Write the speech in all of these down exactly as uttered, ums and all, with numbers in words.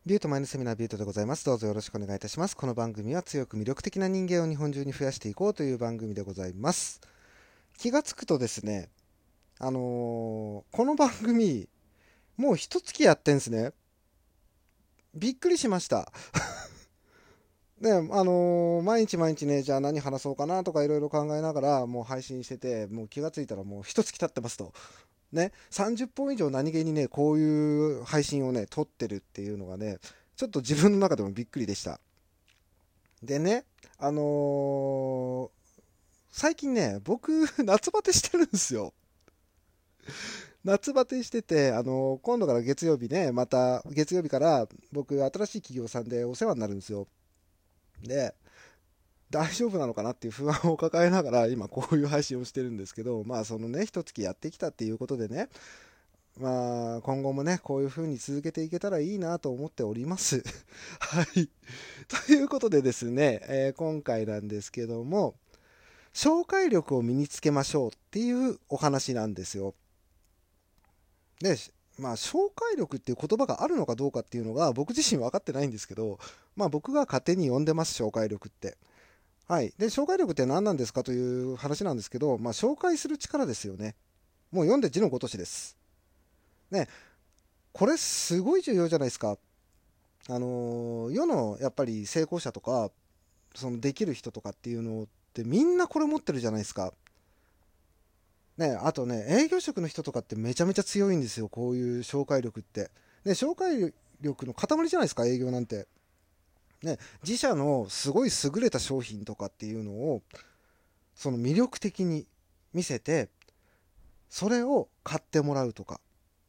ビュートマインドセミナービュートでございます。どうぞよろしくお願いいたします。この番組は強く魅力的な人間を日本中に増やしていこうという番組でございます。気がつくとですね、あのーこの番組、もう一月やってんすね。びっくりしました。ね、あのー毎日毎日ね、じゃあ何話そうかなとかいろいろ考えながらもう配信してて、もう気がついたらもう一月経ってますと。ね、さんじゅっぽん以上何気にね、こういう配信をね、撮ってるっていうのがね、ちょっと自分の中でもびっくりでした。でね、あのー最近ね、僕、夏バテしてるんですよ。夏バテしてて、あのー今度から月曜日ね、また、月曜日から僕、新しい企業さんでお世話になるんですよ。で、大丈夫なのかなっていう不安を抱えながら、今こういう配信をしてるんですけど、まあ、そのね、一月やってきたっていうことでね、まあ、今後もね、こういう風に続けていけたらいいなと思っております。はい。ということでですね、えー今回なんですけども、紹介力を身につけましょうっていうお話なんですよ。で、まあ、紹介力っていう言葉があるのかどうかっていうのが僕自身分かってないんですけど、まあ僕が勝手に呼んでます、紹介力って。はい。で、紹介力って何なんですかという話なんですけど、まあ紹介する力ですよね。もう読んで字のごとしです。ね、これすごい重要じゃないですか。あのー世のやっぱり成功者とか、そのできる人とかっていうのってみんなこれ持ってるじゃないですか。ね、あとね、営業職の人とかってめちゃめちゃ強いんですよ、こういう紹介力って。ね、紹介力の塊じゃないですか、営業なんて。ね、自社のすごい優れた商品とかっていうのを、その魅力的に見せて、それを買ってもらうとか。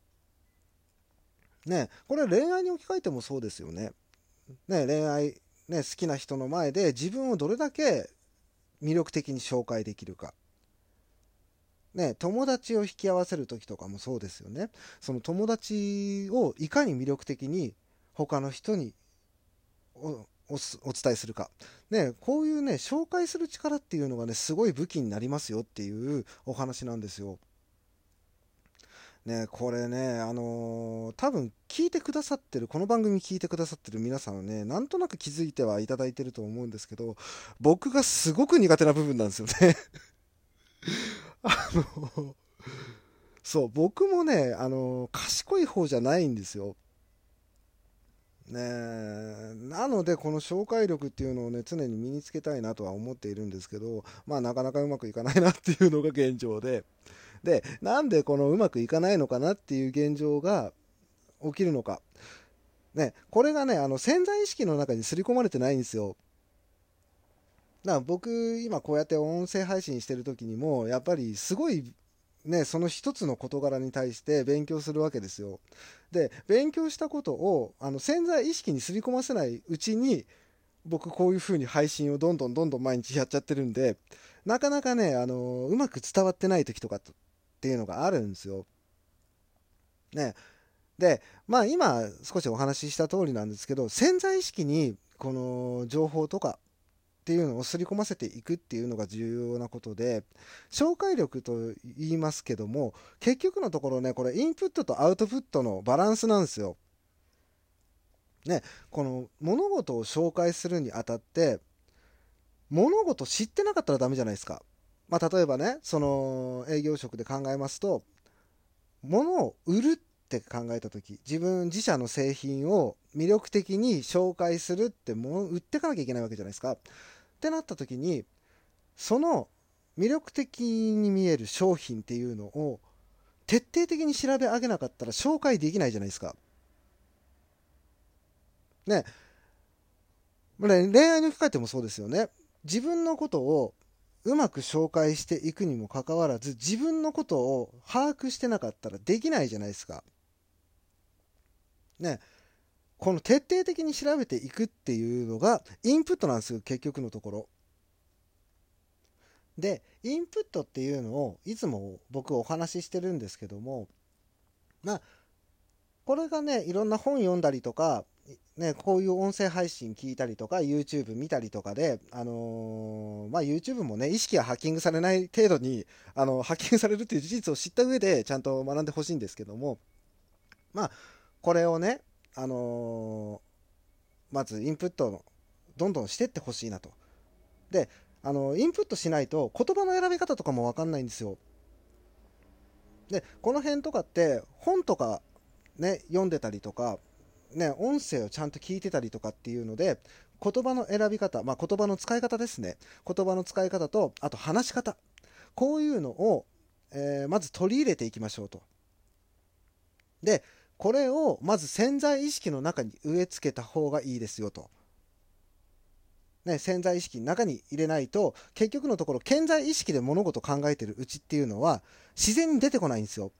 ね、これ恋愛に置き換えてもそうですよね。ね、恋愛、ね、好きな人の前で自分をどれだけ魅力的に紹介できるか。ね、友達を引き合わせる時とかもそうですよね。その友達をいかに魅力的に他の人におおお伝えするか。ね、こういうね、紹介する力っていうのがね、すごい武器になりますよっていうお話なんですよ。ね、これね、あのー多分聞いてくださってる、この番組聞いてくださってる皆さんはね、なんとなく気づいてはいただいてると思うんですけど、僕がすごく苦手な部分なんですよね。あのそう、僕もね、あの賢い方じゃないんですよ。ねえ、なのでこの紹介力っていうのをね、常に身につけたいなとは思っているんですけど、まあなかなかうまくいかないなっていうのが現状で、で、なんでこのうまくいかないのかなっていう現状が起きるのか。ね、これがね、あの潜在意識の中に刷り込まれてないんですよ。だから僕、今こうやって音声配信してる時にも、やっぱりすごいね、その一つの事柄に対して勉強するわけですよ。で、勉強したことをあの潜在意識に刷り込ませないうちに、僕こういう風に配信をどんどんどんどん毎日やっちゃってるんで、なかなかね、あのうまく伝わってない時とかっていうのがあるんですよ。ね。で、まあ今少しお話しした通りなんですけど、潜在意識にこの情報とかっていうのを刷り込ませていくっていうのが重要なことで、紹介力と言いますけども、結局のところね、これインプットとアウトプットのバランスなんですよ。ね、この物事を紹介するにあたって、物事知ってなかったらダメじゃないですか。まあ例えばね、その営業職で考えますと、物を売るって考えた時、自分自社の製品を魅力的に紹介するってもう売ってかなきゃいけないわけじゃないですか。ってなった時に、その魅力的に見える商品っていうのを徹底的に調べ上げなかったら紹介できないじゃないですか。ね。恋愛に置き換えてもそうですよね。自分のことをうまく紹介していくにもかかわらず、自分のことを把握してなかったらできないじゃないですか。ね。この徹底的に調べていくっていうのがインプットなんですよ、結局のところ。で、インプットっていうのをいつも僕お話ししてるんですけども、まあ、これがね、いろんな本読んだりとか、ね、こういう音声配信聞いたりとか、YouTube 見たりとかで、あのーまあ、YouTube もね、意識がハッキングされない程度に、あの、ハッキングされるっていう事実を知った上で、ちゃんと学んでほしいんですけども、まあ、これをね、あのまずインプットのどんどんしてってほしいなと。で、あのインプットしないと言葉の選び方とかも分かんないんですよ。でこの辺とかって本とかね読んでたりとかね、音声をちゃんと聞いてたりとかっていうので、言葉の選び方、まあ、言葉の使い方ですね。言葉の使い方と、あと話し方。こういうのを、えーまず取り入れていきましょうと。で、これをまず潜在意識の中に植え付けた方がいいですよと。ね、潜在意識の中に入れないと、結局のところ、潜在意識で物事を考えてるうちっていうのは、自然に出てこないんですよ。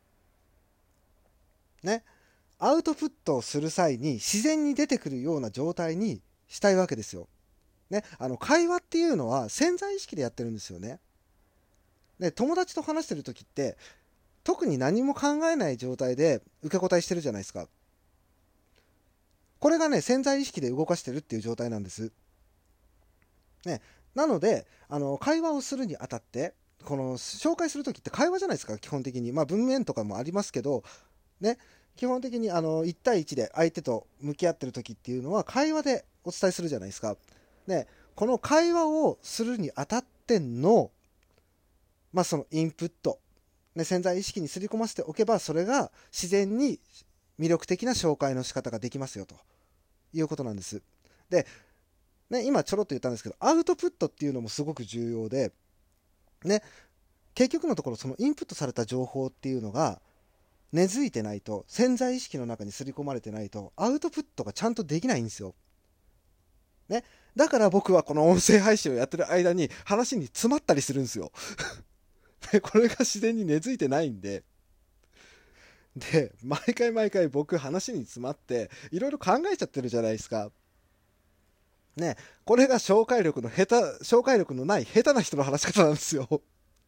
ね。アウトプットをする際に自然に出てくるような状態にしたいわけですよ。ね、あの会話っていうのは潜在意識でやってるんですよね。で、友達と話してる時って特に何も考えない状態で受け答えしてるじゃないですか。これがね、潜在意識で動かしてるっていう状態なんです。ね、なのであの会話をするにあたってこの紹介する時って会話じゃないですか、基本的に。まあ文面とかもありますけどね、基本的にあのいち対いちで相手と向き合ってる時っていうのは会話でお伝えするじゃないですか。で、この会話をするにあたっての、まあ、そのインプット、ね、潜在意識にすり込ませておけば、それが自然に魅力的な紹介の仕方ができますよということなんです。で、ね、今ちょろっと言ったんですけど、アウトプットっていうのもすごく重要で、ね、結局のところそのインプットされた情報っていうのが根付いてないと、潜在意識の中に刷り込まれてないとアウトプットがちゃんとできないんですよ。ね。だから僕はこの音声配信をやってる間に話に詰まったりするんですよ。で、これが自然に根付いてないんで。で、毎回毎回僕話に詰まっていろいろ考えちゃってるじゃないですか。ね。これが紹介力の下手、紹介力のない下手な人の話し方なんですよ。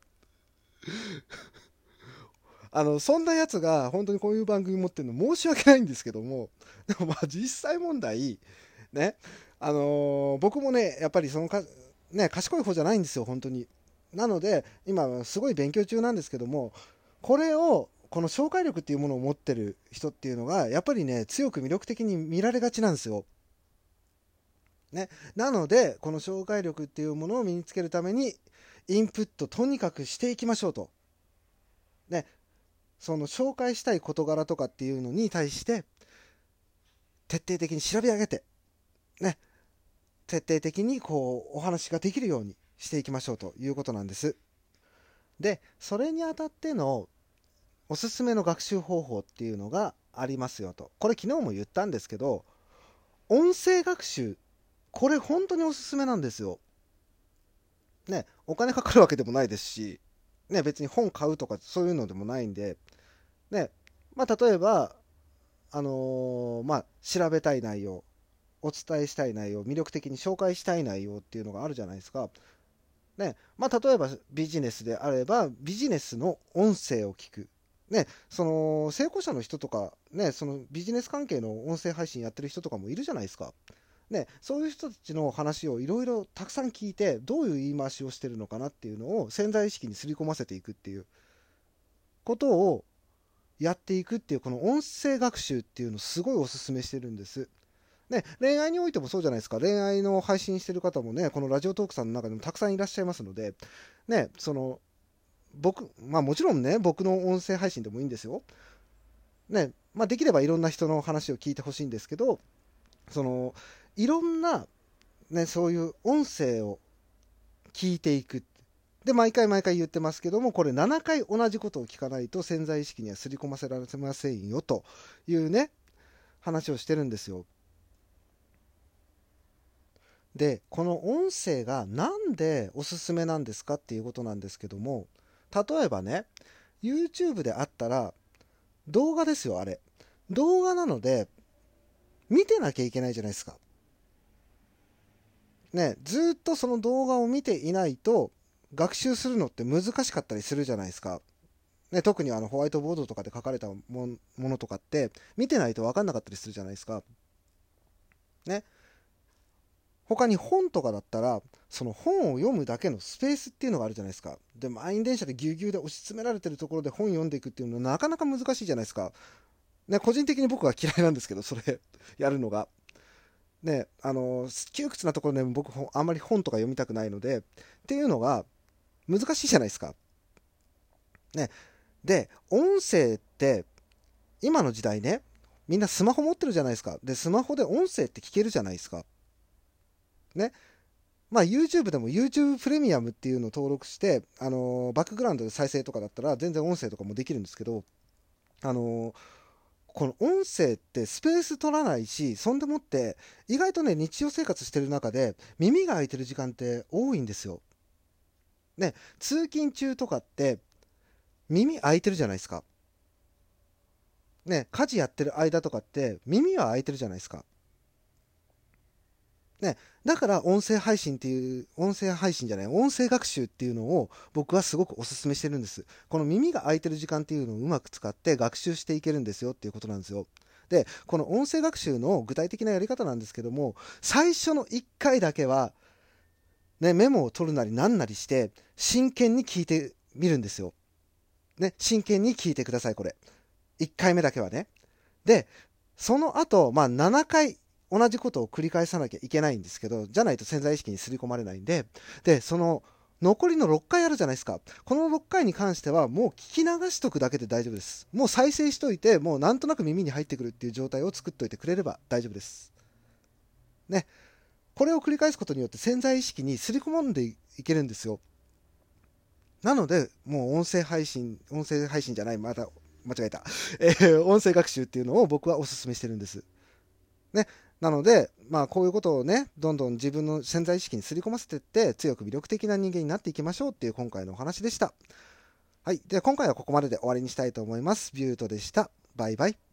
あのそんなやつが本当にこういう番組持ってるの申し訳ないんですけども、でもまあ実際問題ね、あのー僕もねやっぱりそのかね賢い方じゃないんですよ本当に。なので今すごい勉強中なんですけども、これをこの紹介力っていうものを持ってる人っていうのがやっぱりね強く魅力的に見られがちなんですよ。ね、なのでこの紹介力っていうものを身につけるためにインプットとにかくしていきましょうと。ね、その紹介したい事柄とかっていうのに対して徹底的に調べ上げてね、徹底的にこうお話ができるようにしていきましょうということなんです。で、それにあたってのおすすめの学習方法っていうのがありますよと。これ昨日も言ったんですけど、音声学習、これ本当におすすめなんですよ。ね、お金かかるわけでもないですし、ね、別に本買うとかそういうのでもないんで、ね、まあ例えば、あのーまあ調べたい内容、お伝えしたい内容、魅力的に紹介したい内容っていうのがあるじゃないですか。ね、まあ例えばビジネスであればビジネスの音声を聞く。ね、その成功者の人とか、ね、そのビジネス関係の音声配信やってる人とかもいるじゃないですか。ね、そういう人たちの話をいろいろたくさん聞いて、どういう言い回しをしてるのかなっていうのを潜在意識に刷り込ませていくっていうことをやっていくっていう、この音声学習っていうのをすごいおすすめしてるんです。ね、恋愛においてもそうじゃないですか。恋愛の配信してる方もね、このラジオトークさんの中でもたくさんいらっしゃいますので、ね、その、僕、まあもちろんね、僕の音声配信でもいいんですよ。ね、まあできればいろんな人の話を聞いてほしいんですけど、その、いろんな、ね、そういう音声を聞いていく。で、毎回毎回言ってますけども、これななかい同じことを聞かないと潜在意識には刷り込ませられませんよというね、話をしてるんですよ。で、この音声がなんでおすすめなんですかっていうことなんですけども、例えばね、YouTube であったら動画ですよ、あれ。動画なので見てなきゃいけないじゃないですか。ね、ずっとその動画を見ていないと学習するのって難しかったりするじゃないですか。ね、特にあのホワイトボードとかで書かれたものとかって見てないと分かんなかったりするじゃないですか。ね。他に本とかだったらその本を読むだけのスペースっていうのがあるじゃないですか。で、満員電車でぎゅうぎゅうで押し詰められてるところで本読んでいくっていうのはなかなか難しいじゃないですか。ね、個人的に僕は嫌いなんですけど、それやるのが。 ね、あの窮屈なところで僕あんまり本とか読みたくないのでっていうのが難しいじゃないですか。ね、で音声って今の時代ね、みんなスマホ持ってるじゃないですか。でスマホで音声って聞けるじゃないですか。ね、まあ YouTube でも YouTube プレミアムっていうのを登録して、あのバックグラウンドで再生とかだったら全然音声とかもできるんですけど、あのこの音声ってスペース取らないし、そんでもって意外とね、日常生活してる中で耳が開いてる時間って多いんですよ。ね、通勤中とかって耳開いてるじゃないですか。ね、家事やってる間とかって耳は開いてるじゃないですか。ね、だから音声配信っていう、音声配信じゃない、音声学習っていうのを僕はすごくお勧めしてるんです。この耳が開いてる時間っていうのをうまく使って学習していけるんですよっていうことなんですよ。で、この音声学習の具体的なやり方なんですけども、最初のいっかいだけは、ね、メモを取るなりなんなりして、真剣に聞いてみるんですよ。ね、真剣に聞いてください、これ。いっかいめだけはね。で、その後、まあななかい同じことを繰り返さなきゃいけないんですけど、じゃないと潜在意識に刷り込まれないんで、で、その残りのろっかいあるじゃないですか。このろっかいに関してはもう聞き流しとくだけで大丈夫です。もう再生しといて、もうなんとなく耳に入ってくるっていう状態を作っといてくれれば大丈夫です。ね。これを繰り返すことによって潜在意識に刷り込んでいけるんですよ。なので、もう音声配信、音声配信じゃない、また間違えた。えー音声学習っていうのを僕はお勧めしてるんです。ね。なので、まあこういうことをね、どんどん自分の潜在意識に刷り込ませていって、強く魅力的な人間になっていきましょうっていう今回のお話でした。はい。では今回はここまでで終わりにしたいと思います。ビュートでした。バイバイ。